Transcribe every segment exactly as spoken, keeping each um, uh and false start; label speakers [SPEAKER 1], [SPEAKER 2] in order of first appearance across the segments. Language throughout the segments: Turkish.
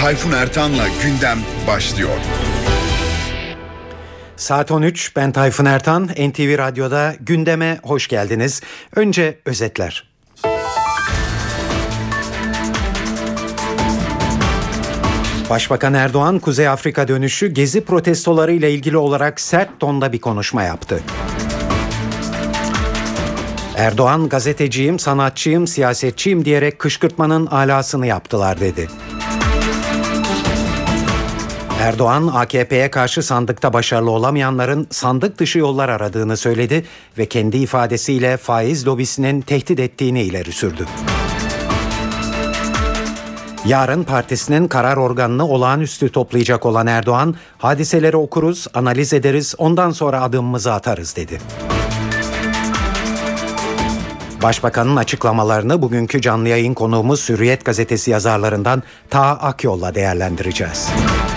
[SPEAKER 1] Tayfun Ertan'la gündem başlıyor.
[SPEAKER 2] Saat on üç, ben Tayfun Ertan, N T V Radyo'da gündeme hoş geldiniz. Önce özetler. Başbakan Erdoğan, Kuzey Afrika dönüşü gezi protestoları ile ilgili olarak sert tonda bir konuşma yaptı. Erdoğan, gazeteciyim, sanatçıyım, siyasetçiyim diyerek kışkırtmanın alasını yaptılar dedi. Erdoğan, A K P'ye karşı sandıkta başarılı olamayanların sandık dışı yollar aradığını söyledi ve kendi ifadesiyle faiz lobisinin tehdit ettiğini ileri sürdü. Yarın partisinin karar organını olağanüstü toplayacak olan Erdoğan, hadiseleri okuruz, analiz ederiz, ondan sonra adımımızı atarız dedi. Başbakanın açıklamalarını bugünkü canlı yayın konuğumuz Hürriyet gazetesi yazarlarından Taha Akyol'la değerlendireceğiz.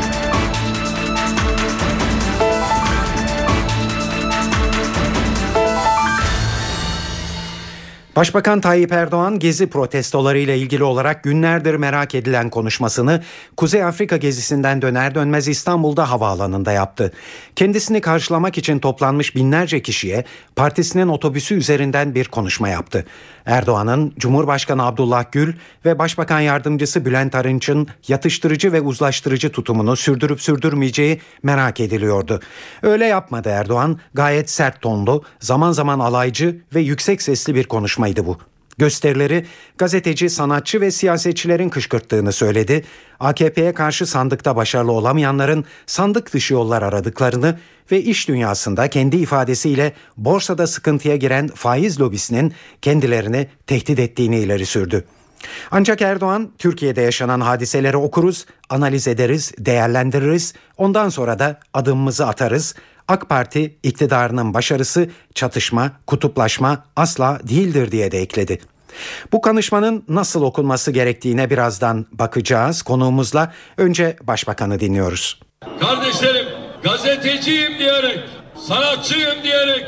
[SPEAKER 2] Başbakan Tayyip Erdoğan, gezi protestolarıyla ilgili olarak günlerdir merak edilen konuşmasını Kuzey Afrika gezisinden döner dönmez İstanbul'da havaalanında yaptı. Kendisini karşılamak için toplanmış binlerce kişiye partisinin otobüsü üzerinden bir konuşma yaptı. Erdoğan'ın Cumhurbaşkanı Abdullah Gül ve Başbakan Yardımcısı Bülent Arınç'ın yatıştırıcı ve uzlaştırıcı tutumunu sürdürüp sürdürmeyeceği merak ediliyordu. Öyle yapmadı Erdoğan, gayet sert tonlu, zaman zaman alaycı ve yüksek sesli bir konuşmaydı bu. Gösterileri gazeteci, sanatçı ve siyasetçilerin kışkırttığını söyledi. A K P'ye karşı sandıkta başarılı olamayanların sandık dışı yollar aradıklarını ve iş dünyasında kendi ifadesiyle borsada sıkıntıya giren faiz lobisinin kendilerini tehdit ettiğini ileri sürdü. Ancak Erdoğan, Türkiye'de yaşanan hadiseleri okuruz, analiz ederiz, değerlendiririz, ondan sonra da adımımızı atarız. AK Parti iktidarının başarısı çatışma, kutuplaşma asla değildir diye de ekledi. Bu konuşmanın nasıl okunması gerektiğine birazdan bakacağız konuğumuzla. Önce Başbakan'ı dinliyoruz.
[SPEAKER 3] Kardeşlerim, gazeteciyim diyerek, sanatçıyım diyerek,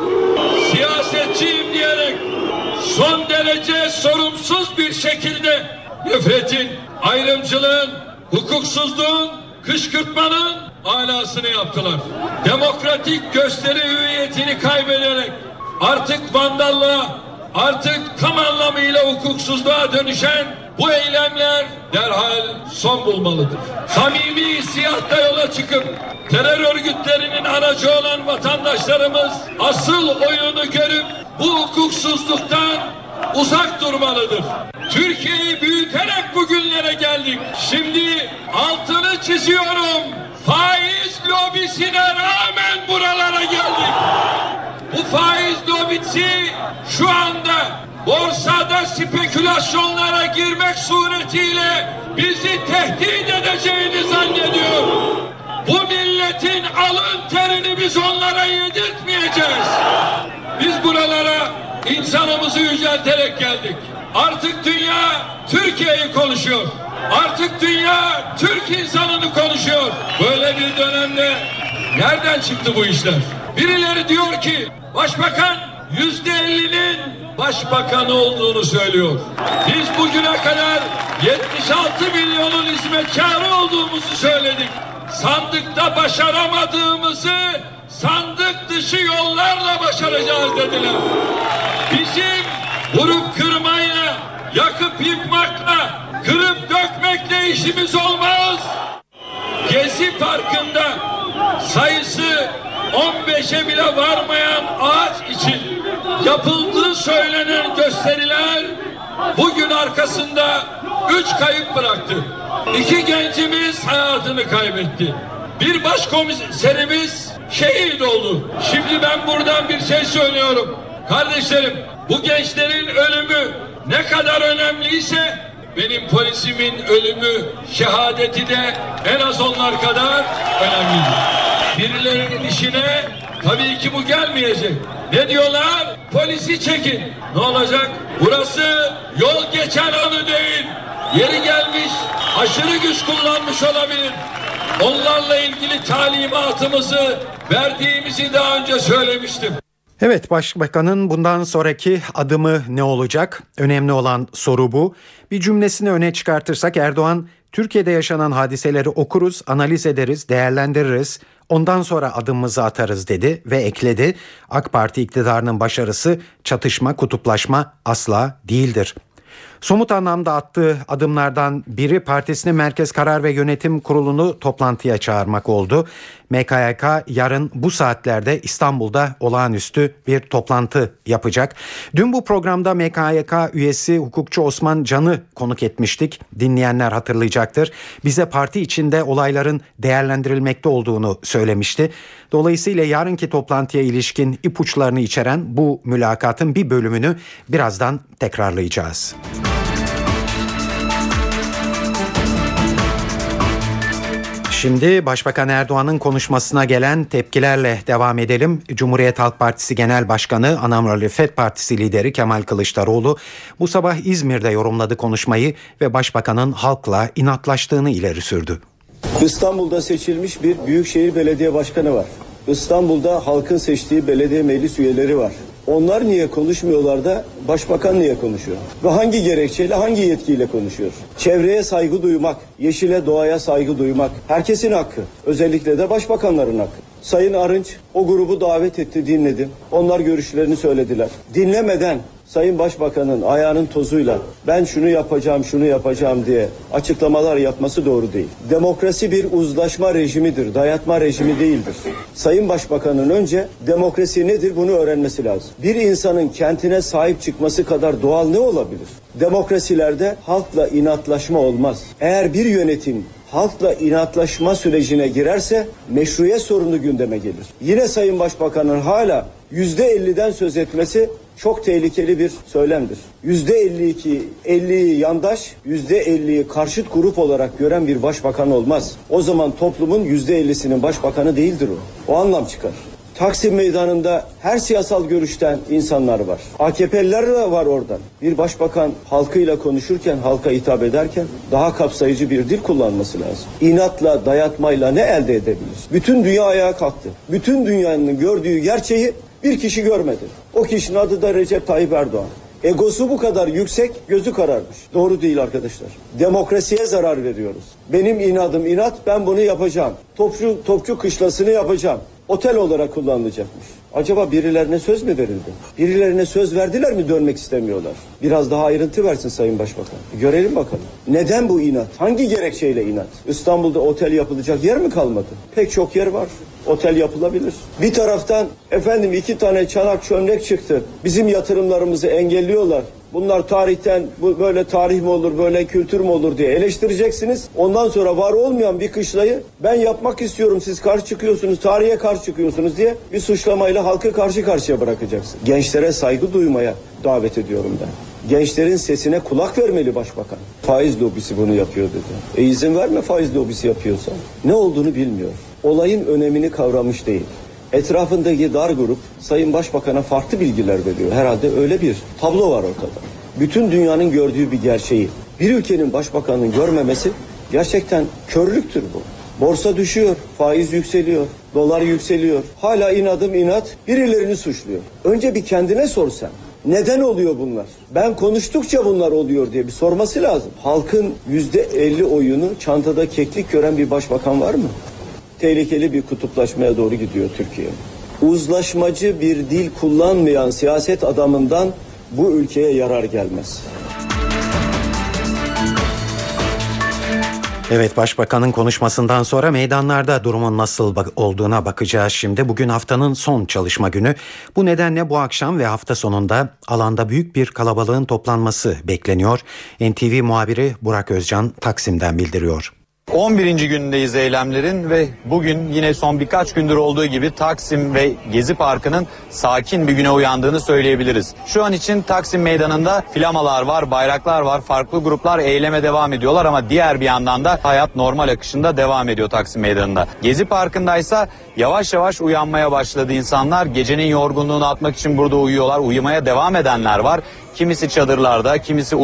[SPEAKER 3] siyasetçiyim diyerek son derece sorumsuz bir şekilde nefretin, ayrımcılığın, hukuksuzluğun, kışkırtmanın alasını yaptılar. Demokratik gösteri hüviyetini kaybederek artık vandallığa, artık tam anlamıyla hukuksuzluğa dönüşen bu eylemler derhal son bulmalıdır. Samimi hissiyatla yola çıkıp terör örgütlerinin aracı olan vatandaşlarımız asıl oyunu görüp bu hukuksuzluktan uzak durmalıdır. Türkiye'yi büyüterek bugünlere geldik. Şimdi altını çiziyorum. Faiz lobisine rağmen buralara geldik. Bu faiz lobisi şu anda borsada spekülasyonlara girmek suretiyle bizi tehdit edeceğini zannediyor. Bu milletin alın terini biz onlara yedirtmeyeceğiz. Biz buralara insanımızı yücelterek geldik. Artık dünya Türkiye'yi konuşuyor. Artık dünya Türk insanını konuşuyor. Böyle bir dönemde nereden çıktı bu işler? Birileri diyor ki başbakan yüzde ellinin başbakanı olduğunu söylüyor. Biz bugüne kadar yetmiş altı milyonun hizmetkarı olduğumuzu söyledik. Sandıkta başaramadığımızı sandık dışı yollarla başaracağız dediler. Bizim vurup kırmayla, yakıp yıkmakla, kırıp dökmekle işimiz olmaz. Gezi Parkı'nda sayısı on beşe bile varmayan ağaç için yapıldığı söylenen gösteriler bugün arkasında üç kayıp bıraktı. İki gencimiz hayatını kaybetti. Bir başkomiserimiz şehit oldu. Şimdi ben buradan bir şey söylüyorum. Kardeşlerim, bu gençlerin ölümü ne kadar önemliyse benim polisimin ölümü, şehadeti de en az onlar kadar önemlidir. Birilerinin işine tabii ki bu gelmeyecek. Ne diyorlar? Polisi çekin. Ne olacak? Burası yol geçen anı değil. Yeri gelmiş, aşırı güç kullanmış olabilir. Onlarla ilgili talimatımızı verdiğimizi daha önce söylemiştim.
[SPEAKER 2] Evet, Başbakanın bundan sonraki adımı ne olacak? Önemli olan soru bu. Bir cümlesini öne çıkartırsak Erdoğan, Türkiye'de yaşanan hadiseleri okuruz, analiz ederiz, değerlendiririz. Ondan sonra adımımızı atarız dedi ve ekledi. AK Parti iktidarının başarısı çatışma, kutuplaşma asla değildir. Somut anlamda attığı adımlardan biri partisinin Merkez Karar ve Yönetim Kurulu'nu toplantıya çağırmak oldu. M K Y K yarın bu saatlerde İstanbul'da olağanüstü bir toplantı yapacak. Dün bu programda M K Y K üyesi hukukçu Osman Can'ı konuk etmiştik. Dinleyenler hatırlayacaktır. Bize parti içinde olayların değerlendirilmekte olduğunu söylemişti. Dolayısıyla yarınki toplantıya ilişkin ipuçlarını içeren bu mülakatın bir bölümünü birazdan tekrarlayacağız. Şimdi Başbakan Erdoğan'ın konuşmasına gelen tepkilerle devam edelim. Cumhuriyet Halk Partisi Genel Başkanı, ana muhalefet partisi lideri Kemal Kılıçdaroğlu bu sabah İzmir'de yorumladı konuşmayı ve Başbakan'ın halkla inatlaştığını ileri sürdü.
[SPEAKER 4] İstanbul'da seçilmiş bir büyükşehir belediye başkanı var. İstanbul'da halkın seçtiği belediye meclis üyeleri var. Onlar niye konuşmuyorlar da başbakan niye konuşuyor? Ve hangi gerekçeyle, hangi yetkiyle konuşuyor? Çevreye saygı duymak, yeşile, doğaya saygı duymak herkesin hakkı. Özellikle de başbakanların hakkı. Sayın Arınç o grubu davet etti, dinledim. Onlar görüşlerini söylediler. Dinlemeden Sayın Başbakan'ın ayağının tozuyla ben şunu yapacağım, şunu yapacağım diye açıklamalar yapması doğru değil. Demokrasi bir uzlaşma rejimidir, dayatma rejimi değildir. Sayın Başbakan'ın önce demokrasi nedir bunu öğrenmesi lazım. Bir insanın kentine sahip çıkması kadar doğal ne olabilir? Demokrasilerde halkla inatlaşma olmaz. Eğer bir yönetim halkla inatlaşma sürecine girerse meşruiyet sorunu gündeme gelir. Yine Sayın Başbakan'ın hala yüzde elliden söz etmesi çok tehlikeli bir söylemdir. Yüzde elli iki, elliyi yandaş, yüzde elliyi karşıt grup olarak gören bir başbakan olmaz. O zaman toplumun yüzde ellisinin başbakanı değildir o. O anlam çıkar. Taksim Meydanı'nda her siyasal görüşten insanlar var. A K P'liler de var oradan. Bir başbakan halkıyla konuşurken, halka hitap ederken daha kapsayıcı bir dil kullanması lazım. İnatla, dayatmayla ne elde edebilir? Bütün dünya ayağa kalktı. Bütün dünyanın gördüğü gerçeği bir kişi görmedi. O kişinin adı da Recep Tayyip Erdoğan. Egosu bu kadar yüksek, gözü kararmış. Doğru değil arkadaşlar. Demokrasiye zarar veriyoruz. Benim inadım inat, ben bunu yapacağım. Topçu, topçu kışlasını yapacağım. Otel olarak kullanılacakmış. Acaba birilerine söz mü verildi? Birilerine söz verdiler mi dönmek istemiyorlar? Biraz daha ayrıntı versin Sayın Başbakan. Görelim bakalım. Neden bu inat? Hangi gerekçeyle inat? İstanbul'da otel yapılacak yer mi kalmadı? Pek çok yer var. Otel yapılabilir. Bir taraftan efendim iki tane çanak çömlek çıktı. Bizim yatırımlarımızı engelliyorlar. Bunlar tarihten bu böyle tarih mi olur, böyle kültür mü olur diye eleştireceksiniz. Ondan sonra var olmayan bir kışlayı ben yapmak istiyorum, siz karşı çıkıyorsunuz, tarihe karşı çıkıyorsunuz diye bir suçlamayla halkı karşı karşıya bırakacaksın. Gençlere saygı duymaya davet ediyorum ben. Gençlerin sesine kulak vermeli başbakan. Faiz lobisi bunu yapıyor dedi. E izin verme faiz lobisi yapıyorsa. Ne olduğunu bilmiyor. Olayın önemini kavramış değil. Etrafındaki dar grup Sayın Başbakan'a farklı bilgiler veriyor. Herhalde öyle bir tablo var ortada. Bütün dünyanın gördüğü bir gerçeği bir ülkenin başbakanının görmemesi gerçekten körlüktür bu. Borsa düşüyor, faiz yükseliyor, dolar yükseliyor. Hala inadım inat birilerini suçluyor. Önce bir kendine sor sen. Neden oluyor bunlar? Ben konuştukça bunlar oluyor diye bir sorması lazım. Halkın yüzde elli oyunu çantada keklik gören bir başbakan var mı? Tehlikeli bir kutuplaşmaya doğru gidiyor Türkiye. Uzlaşmacı bir dil kullanmayan siyaset adamından bu ülkeye yarar gelmez.
[SPEAKER 2] Evet, Başbakanın konuşmasından sonra meydanlarda durumun nasıl bak- olduğuna bakacağız şimdi. Bugün haftanın son çalışma günü. Bu nedenle bu akşam ve hafta sonunda alanda büyük bir kalabalığın toplanması bekleniyor. N T V muhabiri Burak Özcan Taksim'den bildiriyor.
[SPEAKER 5] on birinci günündeyiz eylemlerin ve bugün yine son birkaç gündür olduğu gibi Taksim ve Gezi Parkı'nın sakin bir güne uyandığını söyleyebiliriz. Şu an için Taksim Meydanı'nda flamalar var, bayraklar var, farklı gruplar eyleme devam ediyorlar ama diğer bir yandan da hayat normal akışında devam ediyor Taksim Meydanı'nda. Gezi Parkı'ndaysa yavaş yavaş uyanmaya başladı insanlar. Gecenin yorgunluğunu atmak için burada uyuyorlar, uyumaya devam edenler var. Kimisi çadırlarda, kimisi uyku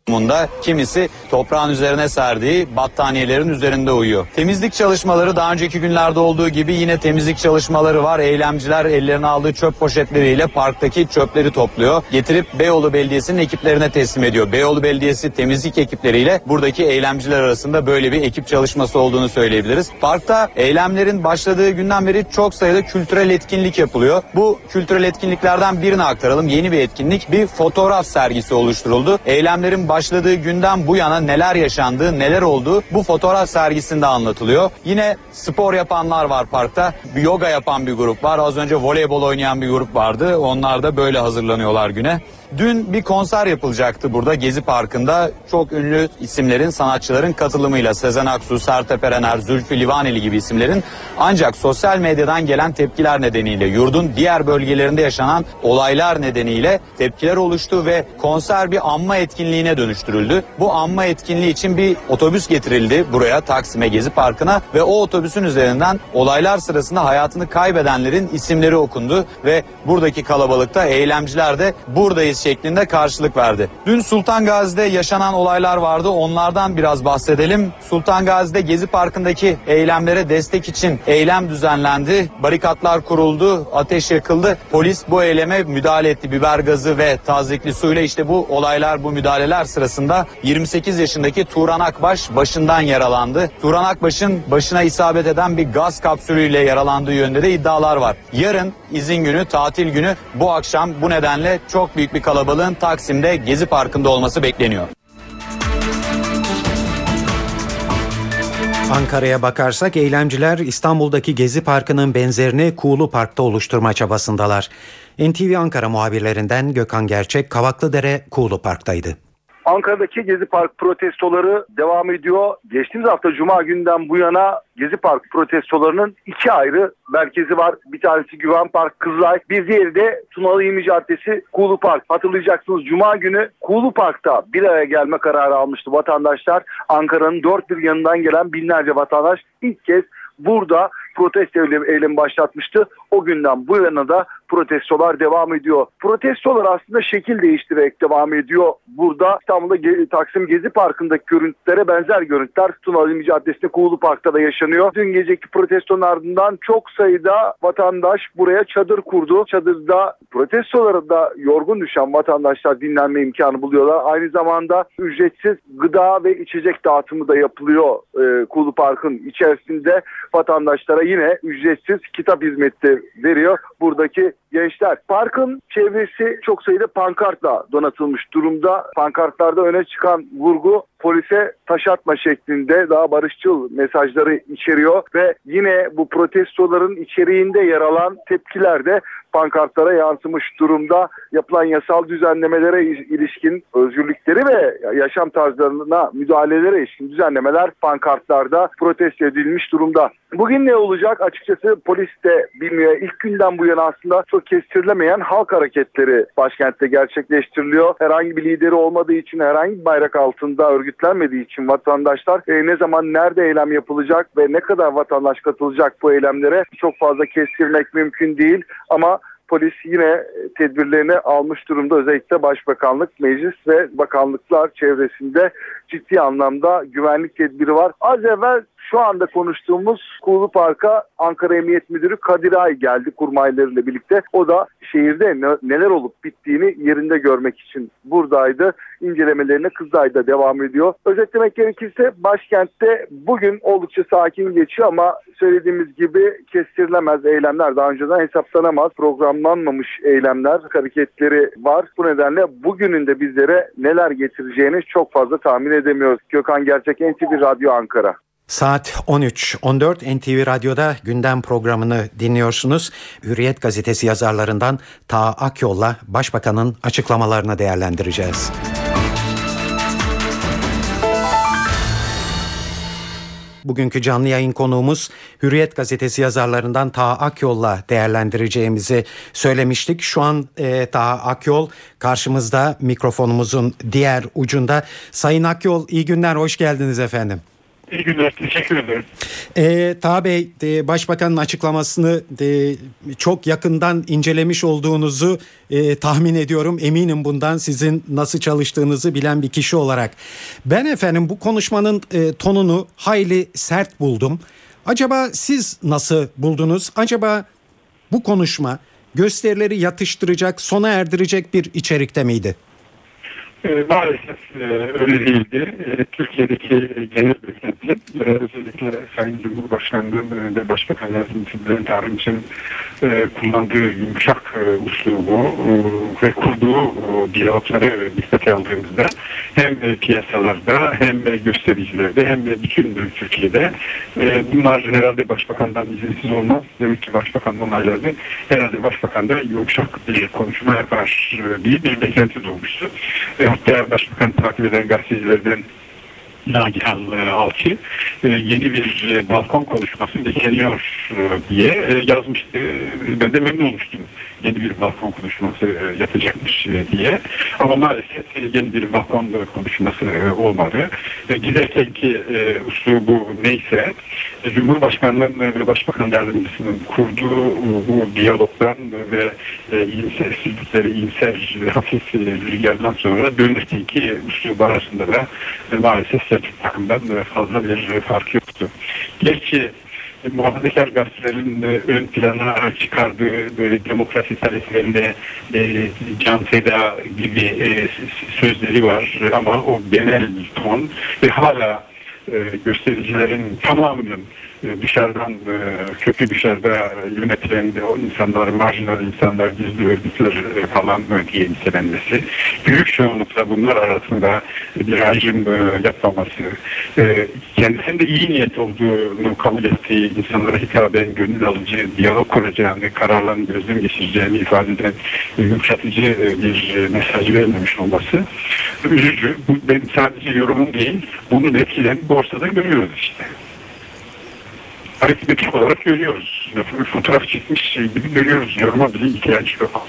[SPEAKER 5] kimisi toprağın üzerine serdiği battaniyelerin üzerinde uyuyor. Temizlik çalışmaları daha önceki günlerde olduğu gibi yine temizlik çalışmaları var. Eylemciler ellerine aldığı çöp poşetleriyle parktaki çöpleri topluyor. Getirip Beyoğlu Belediyesi'nin ekiplerine teslim ediyor. Beyoğlu Belediyesi temizlik ekipleriyle buradaki eylemciler arasında böyle bir ekip çalışması olduğunu söyleyebiliriz. Parkta eylemlerin başladığı günden beri çok sayıda kültürel etkinlik yapılıyor. Bu kültürel etkinliklerden birini aktaralım. Yeni bir etkinlik, bir fotoğraf sergisi oluşturuldu. Eylemlerin başladığı günden bu yana neler yaşandığı, neler olduğu bu fotoğraf sergisinde anlatılıyor. Yine spor yapanlar var parkta. Bir yoga yapan bir grup var. Az önce voleybol oynayan bir grup vardı. Onlar da böyle hazırlanıyorlar güne. Dün bir konser yapılacaktı burada Gezi Parkı'nda. Çok ünlü isimlerin, sanatçıların katılımıyla Sezen Aksu, Sertab Erener, Zülfü Livaneli gibi isimlerin. Ancak sosyal medyadan gelen tepkiler nedeniyle, yurdun diğer bölgelerinde yaşanan olaylar nedeniyle tepkiler oluştu ve konser bir anma etkinliğine dönüştürüldü. Bu anma etkinliği için bir otobüs getirildi buraya, Taksim'e, Gezi Parkı'na ve o otobüsün üzerinden olaylar sırasında hayatını kaybedenlerin isimleri okundu ve buradaki kalabalıkta eylemciler de buradayız şeklinde karşılık verdi. Dün Sultan Gazi'de yaşanan olaylar vardı. Onlardan biraz bahsedelim. Sultan Gazi'de Gezi Parkı'ndaki eylemlere destek için eylem düzenlendi. Barikatlar kuruldu, ateş yakıldı. Polis bu eyleme müdahale etti. Biber gazı ve tazyikli suyla. İşte bu olaylar, bu müdahaleler sırasında yirmi sekiz yaşındaki Turan Akbaş başından yaralandı. Turan Akbaş'ın başına isabet eden bir gaz kapsülüyle yaralandığı yönünde de iddialar var. Yarın izin günü, tatil günü, bu akşam bu nedenle çok büyük bir kalabalığın Taksim'de Gezi Parkı'nda olması bekleniyor.
[SPEAKER 2] Ankara'ya bakarsak eylemciler İstanbul'daki Gezi Parkı'nın benzerini Kuğulu Park'ta oluşturma çabasındalar. N T V Ankara muhabirlerinden Gökhan Gerçek, Kavaklıdere Kuğulu Park'taydı.
[SPEAKER 6] Ankara'daki Gezi Park protestoları devam ediyor. Geçtiğimiz hafta Cuma günden bu yana Gezi Park protestolarının iki ayrı merkezi var. Bir tanesi Güven Park, Kızılay. Bir diğeri de Tunalı İlmi Caddesi, Kuğulu Park. Hatırlayacaksınız Cuma günü Kuğulu Park'ta bir araya gelme kararı almıştı vatandaşlar. Ankara'nın dört bir yanından gelen binlerce vatandaş ilk kez burada protesto eylemi başlatmıştı. O günden bu yana da protestolar devam ediyor. Protestolar aslında şekil değiştirerek devam ediyor. Burada İstanbul'da Ge- Taksim Gezi Parkı'ndaki görüntülere benzer görüntüler Tunalı İlmi Caddesi'nde Kuğulu Park'ta da yaşanıyor. Dün geceki protestonun ardından çok sayıda vatandaş buraya çadır kurdu. Çadırda protestolarında yorgun düşen vatandaşlar dinlenme imkanı buluyorlar. Aynı zamanda ücretsiz gıda ve içecek dağıtımı da yapılıyor e, Kuğulu Park'ın içerisinde. Vatandaşlara yine ücretsiz kitap hizmeti veriyor buradaki gençler. Parkın çevresi çok sayıda pankartla donatılmış durumda. Pankartlarda öne çıkan vurgu polise taş atma şeklinde daha barışçıl mesajları içeriyor ve yine bu protestoların içeriğinde yer alan tepkiler de pankartlara yansımış durumda. Yapılan yasal düzenlemelere ilişkin özgürlükleri ve yaşam tarzlarına müdahalelere ilişkin düzenlemeler pankartlarda protesto edilmiş durumda. Bugün ne olacak? Açıkçası polis de bilmiyor. İlk günden bu yana aslında çok kestirilemeyen halk hareketleri başkentte gerçekleştiriliyor. Herhangi bir lideri olmadığı için, herhangi bir bayrak altında örgütlenmediği için vatandaşlar e, ne zaman, nerede eylem yapılacak ve ne kadar vatandaş katılacak bu eylemlere çok fazla kestirmek mümkün değil. Ama polis yine tedbirlerini almış durumda. Özellikle Başbakanlık, Meclis ve bakanlıklar çevresinde ciddi anlamda güvenlik tedbiri var. Az evvel şu anda konuştuğumuz Kuğulu Park'a Ankara Emniyet Müdürü Kadir Ay geldi kurmaylarıyla birlikte. O da şehirde ne, neler olup bittiğini yerinde görmek için buradaydı. İncelemelerine Kızılay'da devam ediyor. Özetlemek gerekirse başkentte bugün oldukça sakin geçiyor ama söylediğimiz gibi kestirilemez eylemler, daha önceden hesaplanamaz, programlanmamış eylemler, hareketleri var. Bu nedenle bugünün de bizlere neler getireceğini çok fazla tahmin edemiyoruz. Gökhan Gerçek, N T V Radyo Ankara.
[SPEAKER 2] Saat on üç on dört N T V Radyo'da gündem programını dinliyorsunuz. Hürriyet gazetesi yazarlarından Taha Akyol'la Başbakan'ın açıklamalarını değerlendireceğiz. Bugünkü canlı yayın konuğumuz Hürriyet gazetesi yazarlarından Taha Akyol'la değerlendireceğimizi söylemiştik. Şu an e, Taha Akyol karşımızda, mikrofonumuzun diğer ucunda. Sayın Akyol, iyi günler, hoş geldiniz efendim.
[SPEAKER 7] İyi günler, teşekkür ederim.
[SPEAKER 2] E, Taha Bey, e, Başbakanın açıklamasını e, çok yakından incelemiş olduğunuzu e, tahmin ediyorum. Eminim bundan, sizin nasıl çalıştığınızı bilen bir kişi olarak. Ben efendim bu konuşmanın e, tonunu hayli sert buldum. Acaba siz nasıl buldunuz? Acaba bu konuşma gösterileri yatıştıracak, sona erdirecek bir içerikte miydi?
[SPEAKER 7] E, maalesef e, öyle değildi. E, Türkiye'deki genel beklenti, e, özellikle Sayın Cumhurbaşkanı'nın ve Başbakan Yardımcısı Bülent Arınç'ın e, kullandığı yumuşak e, uslubu e, ve kurduğu e, diyalogları dikkate aldığımızda hem e, piyasalarda hem e, göstericilerde hem de bütün Türkiye'de e, bunlar herhalde Başbakan'dan izinsiz olmaz. Demek ki Başbakan onayladı. Herhalde Başbakan da yumuşak bir konuşma yapar e, diye bir beklenti doğmuştu. E, Hatta Başbakan takip eden gazetecilerden Nagihan Alçı yeni bir balkon konuşması bekleniyor diye yazmıştı. Ben de memnun olmuştum. Yeni bir balkon konuşması yapacakmış diye. Ama maalesef yeni bir balkon konuşması olmadı. Giderkenki uslubu neyse, Cumhurbaşkanı'nın ve Başbakan Yardımcısının kurduğu bu diyalogdan ve iyimsersizlikleri, iyimser hafif rüzgardan sonra dönüşteki uslubu arasında da maalesef Selçuk takımdan fazla bir fark yoktu. Gerçi muhafazakar gazetelerin ön plana çıkardığı böyle demokrasi taleplerinde e, can feda gibi e, sözleri var ama o genel ton ve hala e, göstericilerin tamamının dışarıdan, kötü dışarıda yönetilen o insanlar, marjinal insanlar, gizli örgütler falan diye nitelenmesi, büyük çoğunlukla bunlar arasında bir ayrım yapmaması, kendisinde iyi niyet olduğunu kabul ettiği insanlara hitaben gönül alıcı, diyalog kuracağını, kararlarını gözden geçireceğini ifade eden yumuşatıcı bir mesaj vermemiş olması üzücü. Bu benim sadece yorumum değil, bunun etkilerini borsada görüyoruz işte. Aritmetik olarak görüyoruz. Fotoğraf çekmiş gibi görüyoruz. Yoruma bile ihtiyaç yok.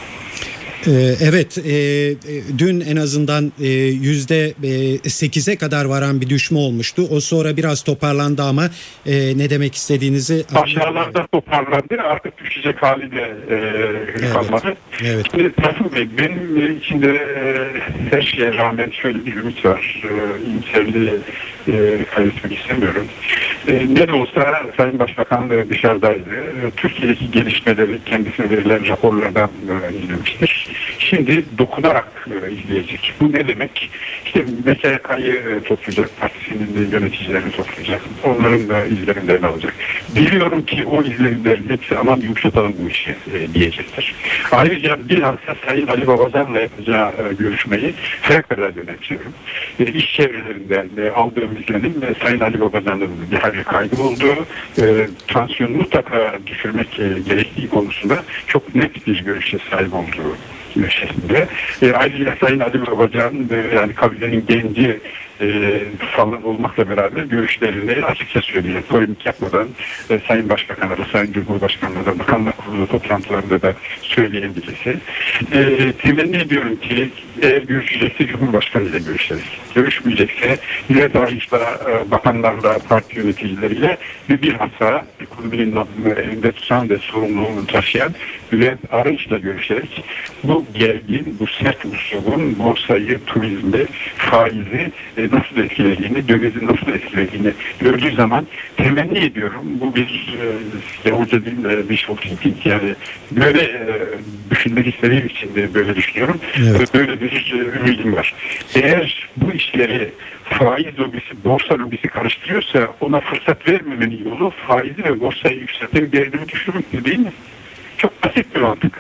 [SPEAKER 2] Evet, dün en azından yüzde sekize kadar varan bir düşme olmuştu. O sonra biraz toparlandı ama ne demek istediğinizi...
[SPEAKER 7] Aşağılarda toparlandı, artık düşecek hali de e, kalmadı. Evet. Şimdi Tayfun Bey, benim içinde her şeye rağmen şöyle bir ümit var. İyimserliği e, kaybetmek istemiyorum. E, ne de olsa Sayın Başbakan dışarıdaydı. Türkiye'deki gelişmeleri kendisine verilen raporlardan e, izlemiştir. Şimdi dokunarak e, izleyecek. Bu ne demek? İşte M K K'yı e, toplayacak, partisinin yöneticilerini toplayacak. Onların da izlerinden alacak. Biliyorum ki o izlerinden hepsi aman yumuşatalım bu işi e, diyecektir. Ayrıca bilhassa Sayın Ali Babacan'la yapacağı e, görüşmeyi fevkalade önemsiyorum. E, iş çevrelerinden e, aldığım izlenim ve Sayın Ali Babacan'ın bir hayli kaygı olduğu, e, tansiyonu mutlaka düşürmek e, gerektiği konusunda çok net bir görüşe sahip olduğu meşesinde. E, ayrıca Sayın Ali Babacan e, yani kabilenin genci e, falan olmakla beraber görüşlerini açıkça söylüyor. Polemik yapmadan e, Sayın Başbakan'a da Sayın Cumhurbaşkanı'na da Bakanlar Kurulu toplantılarında da söyleyen birisi. E, temenni ediyorum ki eğer görüşecekse Cumhurbaşkanı ile görüşeriz. Görüşmeyecekse Bülent Arınç'la, e, bakanlarla, parti yöneticileriyle ve bilhassa ekonominin adını elinde tutan ve sorumluluğunu taşıyan Bülent Arınç'la görüşerek bu gergin, bu sert usulün borsayı, turizmi, faizi e, nasıl etkilediğini, dövizi nasıl etkilediğini gördüğü zaman temenni ediyorum. Bu bir e, hoca değil de bir şoktik. Yani böyle e, düşünmek istediğim için de böyle düşünüyorum. Evet. Böyle bir e, ümidim var. Eğer bu işleri faiz lobisi, borsa lobisi karıştırıyorsa ona fırsat vermemenin yolu faizi ve borsayı yükseltip gerilimi düşürmek değil mi? Çok basit bir mantık.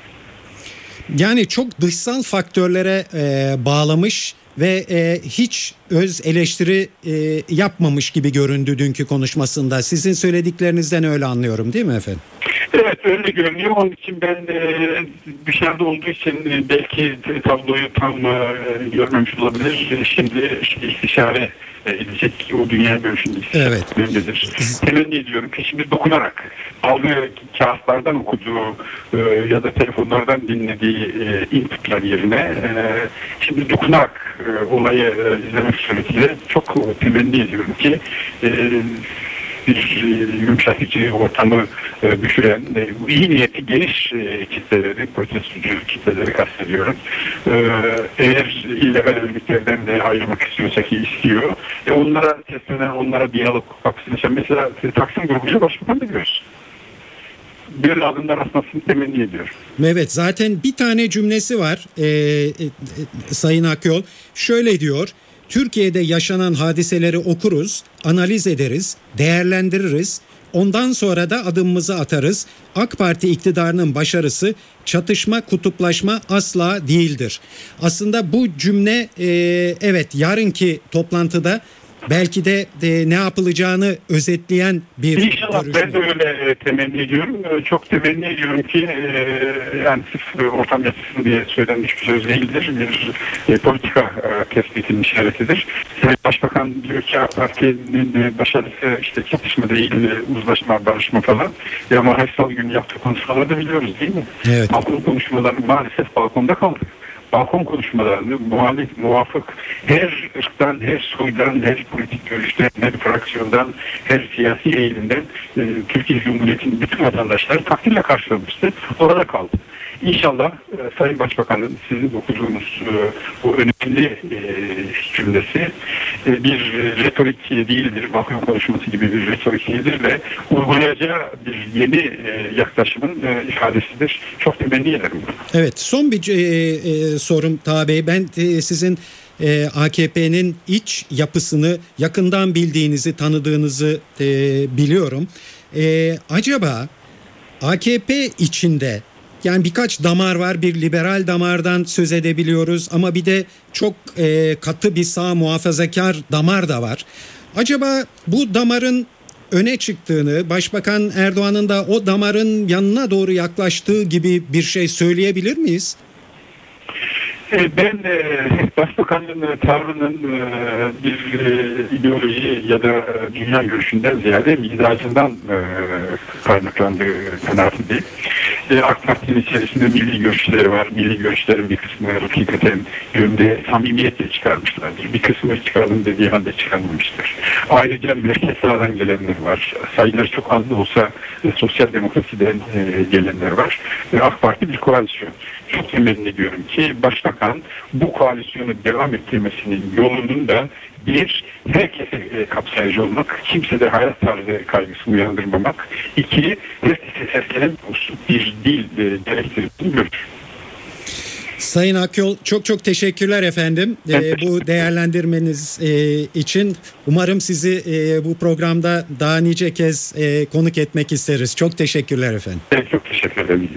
[SPEAKER 2] Yani çok dışsal faktörlere e, bağlamış ve e, hiç öz eleştiri e, yapmamış gibi göründü dünkü konuşmasında. Sizin söylediklerinizden öyle anlıyorum, değil mi efendim?
[SPEAKER 7] Evet, öyle görünüyor. Onun için ben e, dışarıda olduğu için e, belki tabloyu tam e, görmemiş olabilir. Şimdi işte istişare edecek o dünya görüşünde
[SPEAKER 2] evet.
[SPEAKER 7] önemlidir. Temenni ediyorum ki şimdi dokunarak aldığı kağıtlardan okuduğu e, ya da telefonlardan dinlediği e, inputlar yerine e, şimdi dokunarak e, olayı e, izlemek suretiyle çok temenni ediyorum ki e, bir yumuşatıcı ortamı e, düşüren, e, iyi niyetli geniş e, kitleleri, protestocu kitleleri kastediyorum. E, eğer illegal örgütlerden de ayırmak istiyorsa ki istiyor, e, onlara seslenen, onlara diyalog kapısını açan, mesela e, Taksim grubuyla başbakan da görüyoruz. Bir adımlar atmasını temenni ediyorum.
[SPEAKER 2] Evet, zaten bir tane cümlesi var e, e, e, Sayın Akyol. Şöyle diyor: Türkiye'de yaşanan hadiseleri okuruz, analiz ederiz, değerlendiririz. Ondan sonra da adımımızı atarız. AK Parti iktidarının başarısı çatışma, kutuplaşma asla değildir. Aslında bu cümle e, evet yarınki toplantıda belki de e, ne yapılacağını özetleyen bir
[SPEAKER 7] İnşallah
[SPEAKER 2] görüşme.
[SPEAKER 7] ben de öyle e, temenni ediyorum. E, çok temenni ediyorum ki e, yani sırf e, ortam yatsın diye söylenmiş bir söz değildir. Bir e, politika e, tespitinin işaretidir. Sayın Başbakan diyor ki AK Parti'nin e, başarısı işte çatışma değil, e, uzlaşma, barışma falan. Ya ama her salı günü yaptığı konuşmaları biliyoruz değil mi?
[SPEAKER 2] Evet.
[SPEAKER 7] Balkon konuşmaları maalesef balkonda kaldı. Balkon konuşmalarını muhalif, muvafık her ırktan, her soydan, her politik görüşten, her fraksiyondan, her siyasi eğilimden e, Türkiye Cumhuriyeti'nin bütün vatandaşları takdirle karşılamıştı. Orada kaldı. İnşallah e, Sayın Başbakan'ın sizin okuduğunuz e, bu önemli e, cümlesi e, bir retorik değildir, balkon konuşması gibi bir retorik değildir ve uygulayacağı bir yeni e, yaklaşımın e, ifadesidir. Çok temenni ederim.
[SPEAKER 2] Evet, son bir e, e, sorum Taha Bey. Ben e, sizin e, A K P'nin iç yapısını yakından bildiğinizi, tanıdığınızı e, biliyorum. E, acaba A K P içinde yani birkaç damar var, bir liberal damardan söz edebiliyoruz ama bir de çok e, katı bir sağ muhafazakar damar da var. Acaba bu damarın öne çıktığını, Başbakan Erdoğan'ın da o damarın yanına doğru yaklaştığı gibi bir şey söyleyebilir miyiz?
[SPEAKER 7] Ben Başbakanın tavrının bir ideoloji ya da dünya görüşünden ziyade mizacından kaynaklandığı kanaatindeyim. AK Parti'nin içerisinde milli görüşleri var. Milli görüşlerin bir kısmı hakikaten yönde samimiyetle çıkarmışlardır. Bir kısmı çıkardım dediği halde çıkarmamıştır. Ayrıca merkez sağdan gelenler var. Sayıları çok az da olsa sosyal demokrasiden gelenler var. AK Parti bir koalisyon. Çok temenni ediyorum ki Başbakan bu koalisyonu devam ettirmesinin yolunun da bir, herkese kapsayıcı olmak, kimsede hayat tarzı kaygısı uyandırmamak, iki, herkese seslenen bir dil gerektirdiğini görür.
[SPEAKER 2] Sayın Akyol, çok çok teşekkürler efendim ee, bu değerlendirmeniz e, için. Umarım sizi e, bu programda daha nice kez e, konuk etmek isteriz. Çok teşekkürler efendim.
[SPEAKER 7] Evet, çok teşekkür ederim.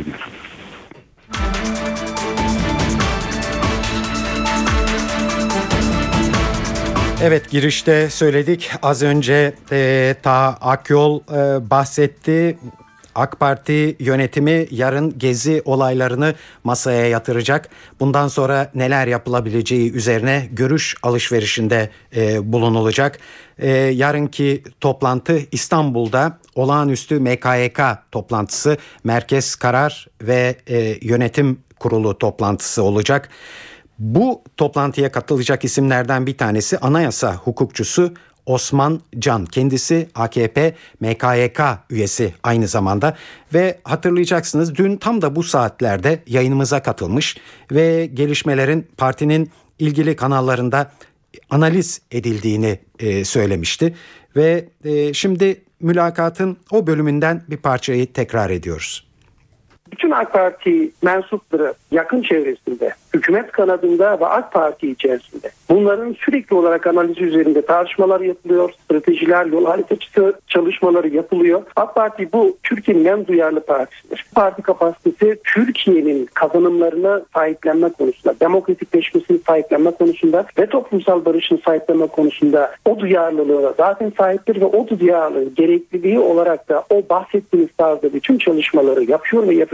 [SPEAKER 2] Evet, girişte söyledik. Az önce e, Taha Akyol e, bahsetti. AK Parti yönetimi yarın gezi olaylarını masaya yatıracak. Bundan sonra neler yapılabileceği üzerine görüş alışverişinde e, bulunulacak. E, yarınki toplantı İstanbul'da olağanüstü M K Y K toplantısı, Merkez Karar ve e, Yönetim Kurulu toplantısı olacak. Bu toplantıya katılacak isimlerden bir tanesi anayasa hukukçusu Osman Can. Kendisi A K P M K Y K üyesi aynı zamanda ve hatırlayacaksınız dün tam da bu saatlerde yayınımıza katılmış ve gelişmelerin partinin ilgili kanallarında analiz edildiğini e, söylemişti ve e, şimdi mülakatın o bölümünden bir parçayı tekrar ediyoruz.
[SPEAKER 8] Bütün AK Parti mensupları yakın çevresinde, hükümet kanadında ve AK Parti içerisinde bunların sürekli olarak analizi üzerinde tartışmalar yapılıyor, stratejiler, yol haritası çalışmaları yapılıyor. AK Parti bu Türkiye'nin en duyarlı partisidir. Parti kapasitesi Türkiye'nin kazanımlarına sahiplenme konusunda, demokratikleşmesini sahiplenme konusunda ve toplumsal barışını sahiplenme konusunda o duyarlılığına zaten sahiptir ve o duyarlılığın gerekliliği olarak da o bahsettiğiniz tarzda bütün çalışmaları yapıyor ve yapacak.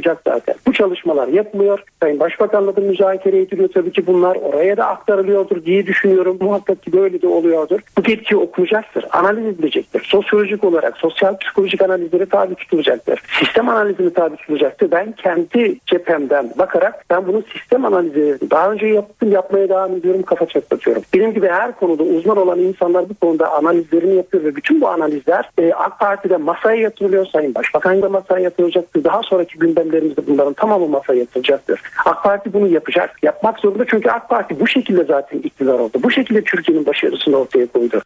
[SPEAKER 8] yapılacak zaten. Bu çalışmalar yapılıyor. Sayın Başbakan'la da müzakere ediliyor. Tabii ki bunlar oraya da aktarılıyordur diye düşünüyorum. Muhakkak ki böyle de oluyordur. Bu yetki okunacaktır. Analiz edilecektir. Sosyolojik olarak, sosyal psikolojik analizlere tabi tutulacaktır. Sistem analizine tabi tutulacaktır. Ben kendi cephemden bakarak ben bunun sistem analizi daha önce yaptım, yapmaya devam ediyorum, kafa çatlatıyorum. Benim gibi her konuda uzman olan insanlar bu konuda analizlerini yapıyor ve bütün bu analizler e, AK Parti'de masaya yatırılıyor. Sayın Başbakan da masaya yatırılacaktır. Daha sonraki gündemlerimizde bunların tamamı masaya yatırılacaktır. AK Parti bunu yapacak. Yapmak zorunda çünkü AK Parti bu şekilde zaten iktidar oldu. Bu şekilde Türkiye'nin başarısını ortaya koydu.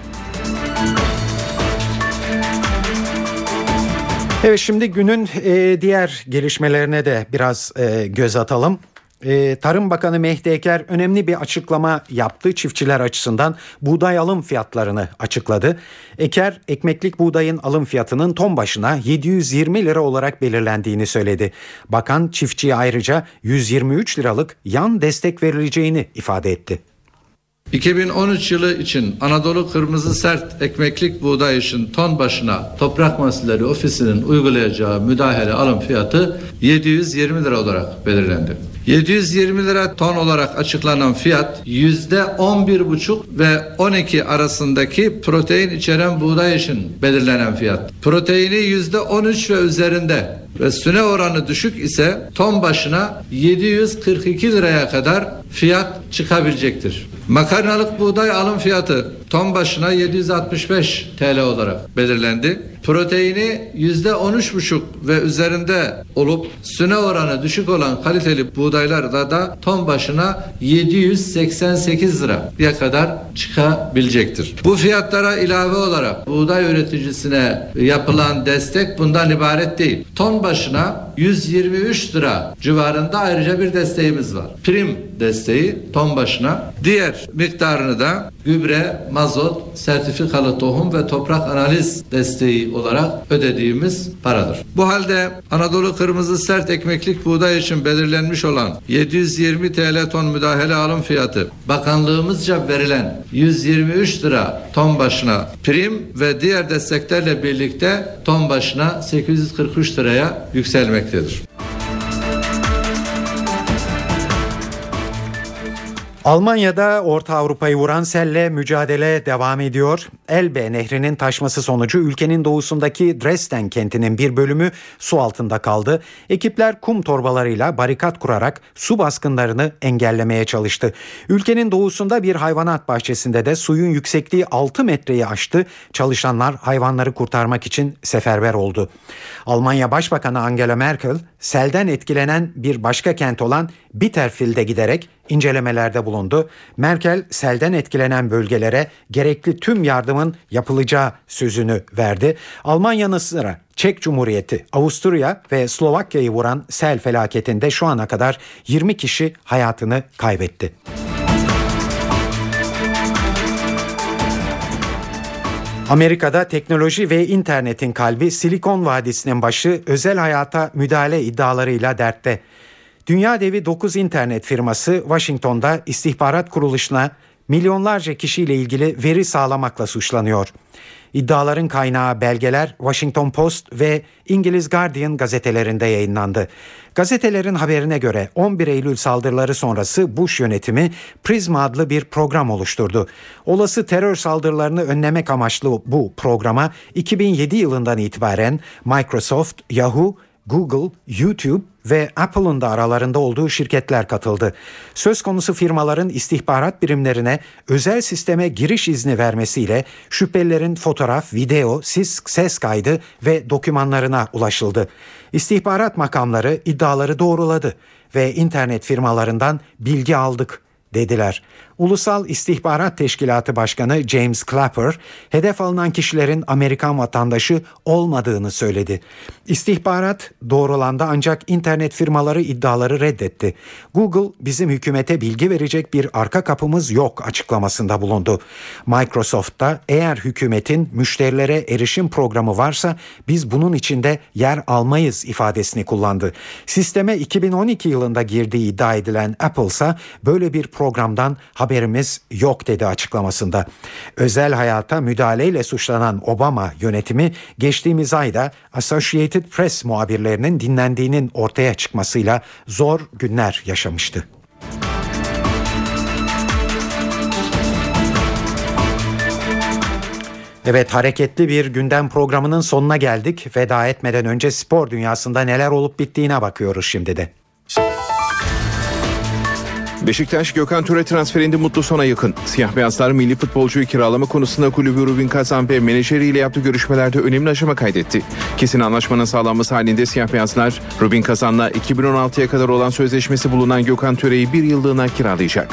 [SPEAKER 2] Evet, şimdi günün e, diğer gelişmelerine de biraz e, göz atalım. Ee, Tarım Bakanı Mehdi Eker önemli bir açıklama yaptı. Çiftçiler açısından buğday alım fiyatlarını açıkladı. Eker, ekmeklik buğdayın alım fiyatının ton başına yedi yüz yirmi lira olarak belirlendiğini söyledi. Bakan çiftçiye ayrıca yüz yirmi üç liralık yan destek verileceğini ifade etti.
[SPEAKER 9] iki bin on üç yılı için Anadolu Kırmızı Sert Ekmeklik Buğday için ton başına Toprak Mahsulleri Ofisi'nin uygulayacağı müdahale alım fiyatı yedi yüz yirmi lira olarak belirlendi. yedi yüz yirmi lira ton olarak açıklanan fiyat yüzde on bir buçuk ve on iki arasındaki protein içeren buğday için belirlenen fiyat. Proteini yüzde on üç ve üzerinde ve süne oranı düşük ise ton başına yedi yüz kırk iki liraya kadar fiyat çıkabilecektir. Makarnalık buğday alım fiyatı ton başına yedi yüz altmış beş TL olarak belirlendi. Proteini yüzde on üç buçuk ve üzerinde olup süne oranı düşük olan kaliteli buğdaylarda da ton başına yedi yüz seksen sekiz liraya kadar çıkabilecektir. Bu fiyatlara ilave olarak buğday üreticisine yapılan destek bundan ibaret değil. Ton başına yüz yirmi üç lira civarında ayrıca bir desteğimiz var. Prim desteği ton başına. Diğer miktarını da gübre, mazot, sertifikalı tohum ve toprak analiz desteği olarak ödediğimiz paradır. Bu halde Anadolu Kırmızı Sert Ekmeklik Buğday için belirlenmiş olan yedi yüz yirmi TL ton müdahale alım fiyatı, bakanlığımızca verilen yüz yirmi üç lira ton başına prim ve diğer desteklerle birlikte ton başına sekiz yüz kırk üç liraya yükselmektedir.
[SPEAKER 2] Almanya'da Orta Avrupa'yı vuran selle mücadele devam ediyor. Elbe Nehri'nin taşması sonucu ülkenin doğusundaki Dresden kentinin bir bölümü su altında kaldı. Ekipler kum torbalarıyla barikat kurarak su baskınlarını engellemeye çalıştı. Ülkenin doğusunda bir hayvanat bahçesinde de suyun yüksekliği altı metreyi aştı. Çalışanlar hayvanları kurtarmak için seferber oldu. Almanya Başbakanı Angela Merkel, selden etkilenen bir başka kent olan Bitterfield'e giderek incelemelerde bulundu. Merkel, selden etkilenen bölgelere gerekli tüm yardımın yapılacağı sözünü verdi. Almanya'nın sıra Çek Cumhuriyeti, Avusturya ve Slovakya'yı vuran sel felaketinde şu ana kadar yirmi kişi hayatını kaybetti. Amerika'da teknoloji ve internetin kalbi Silikon Vadisi'nin başı özel hayata müdahale iddialarıyla dertte. Dünya devi dokuz internet firması Washington'da istihbarat kuruluşuna milyonlarca kişiyle ilgili veri sağlamakla suçlanıyor. İddiaların kaynağı belgeler Washington Post ve İngiliz Guardian gazetelerinde yayınlandı. Gazetelerin haberine göre on bir Eylül saldırıları sonrası Bush yönetimi Prisma adlı bir program oluşturdu. Olası terör saldırılarını önlemek amaçlı bu programa iki bin yedi yılından itibaren Microsoft, Yahoo, Google, YouTube ve Apple'ın da aralarında olduğu şirketler katıldı. Söz konusu firmaların istihbarat birimlerine özel sisteme giriş izni vermesiyle şüphelilerin fotoğraf, video, ses kaydı ve dokümanlarına ulaşıldı. İstihbarat makamları iddiaları doğruladı ve internet firmalarından bilgi aldık dediler. Ulusal İstihbarat Teşkilatı Başkanı James Clapper, hedef alınan kişilerin Amerikan vatandaşı olmadığını söyledi. İstihbarat doğrulandı ancak internet firmaları iddiaları reddetti. Google, bizim hükümete bilgi verecek bir arka kapımız yok açıklamasında bulundu. Microsoft da eğer hükümetin müşterilere erişim programı varsa biz bunun içinde yer almayız ifadesini kullandı. Sisteme iki bin on iki yılında girdiği iddia edilen Apple ise böyle bir programdan haberimiz yok dedi açıklamasında. Özel hayata müdahaleyle suçlanan Obama yönetimi geçtiğimiz ayda Associated Press muhabirlerinin dinlendiğinin ortaya çıkmasıyla zor günler yaşamıştı. Evet, hareketli bir gündem programının sonuna geldik. Veda etmeden önce spor dünyasında neler olup bittiğine bakıyoruz şimdi de.
[SPEAKER 10] Beşiktaş Gökhan Töre transferinde mutlu sona yakın. Siyah beyazlar milli futbolcuyu kiralama konusunda kulübü Rubin Kazan ve menajeriyle yaptığı görüşmelerde önemli aşama kaydetti. Kesin anlaşmanın sağlanması halinde siyah beyazlar Rubin Kazan'la iki bin on altıya kadar olan sözleşmesi bulunan Gökhan Töre'yi bir yıllığına kiralayacak.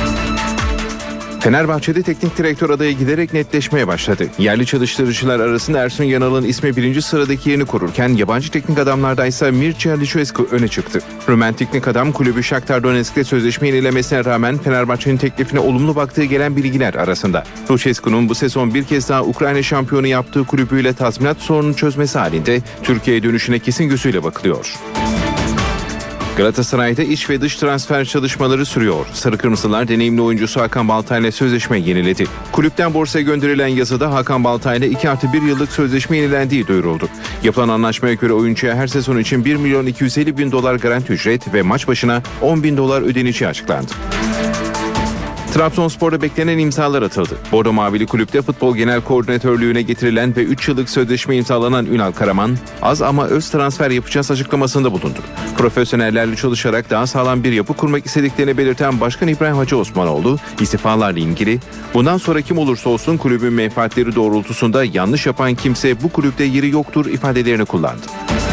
[SPEAKER 10] Fenerbahçe'de teknik direktör adayı giderek netleşmeye başladı. Yerli çalıştırıcılar arasında Ersun Yanal'ın ismi birinci sıradaki yerini korurken yabancı teknik adamlarda ise Mircea Lucescu öne çıktı. Rumen teknik adam kulübü Shakhtar Donetsk'te sözleşme yenilemesine rağmen Fenerbahçe'nin teklifine olumlu baktığı gelen bilgiler arasında. Lucescu'nun bu sezon bir kez daha Ukrayna şampiyonu yaptığı kulübüyle tazminat sorununu çözmesi halinde Türkiye'ye dönüşüne kesin gözüyle bakılıyor. Galatasaray'da iç ve dış transfer çalışmaları sürüyor. Sarı Kırmızılar deneyimli oyuncusu Hakan Baltay'la sözleşme yeniledi. Kulüpten borsaya gönderilen yazıda Hakan Baltay'la iki artı bir yıllık sözleşme yenilendiği duyuruldu. Yapılan anlaşmaya göre oyuncuya her sezon için bir milyon iki yüz elli bin dolar garanti ücret ve maç başına on bin dolar ödeneceği açıklandı. Trabzonspor'da beklenen imzalar atıldı. Bordo Mavili kulüpte futbol genel koordinatörlüğüne getirilen ve üç yıllık sözleşme imzalanan Ünal Karaman, az ama öz transfer yapacağız açıklamasında bulundu. Profesyonellerle çalışarak daha sağlam bir yapı kurmak istediklerini belirten Başkan İbrahim Hacı Osmanoğlu, istifalarla ilgili, bundan sonra kim olursa olsun kulübün menfaatleri doğrultusunda yanlış yapan kimse bu kulüpte yeri yoktur ifadelerini kullandı.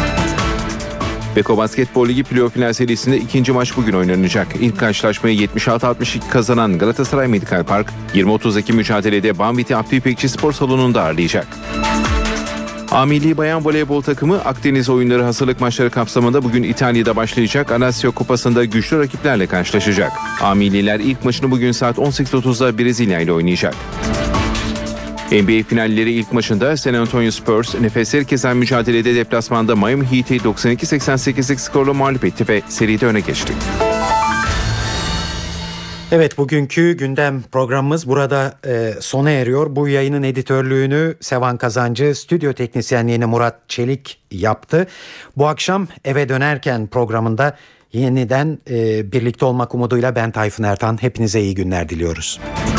[SPEAKER 10] Beko Basketbol Ligi playoff final serisinde ikinci maç bugün oynanacak. İlk karşılaşmayı yetmiş altı altmış iki kazanan Galatasaray Medikal Park, yirmi otuz mücadelede Banvit'i Abdi İpekçi Spor Salonu'nda ağırlayacak. A Milli Bayan Voleybol takımı Akdeniz oyunları hazırlık maçları kapsamında bugün İtalya'da başlayacak Anasya Kupası'nda güçlü rakiplerle karşılaşacak. A Milliler ilk maçını bugün saat on sekiz otuzda Brezilya ile oynayacak. N B A finalleri ilk maçında San Antonio Spurs, nefesleri kesen mücadelede deplasmanda Miami Heat'i doksan iki seksen sekizlik skorla mağlup etti ve seride öne geçti.
[SPEAKER 2] Evet, bugünkü gündem programımız burada e, sona eriyor. Bu yayının editörlüğünü Sevan Kazancı, stüdyo teknisyenliğini Murat Çelik yaptı. Bu akşam eve dönerken programında yeniden e, birlikte olmak umuduyla ben Tayfun Ertan. Hepinize iyi günler diliyoruz.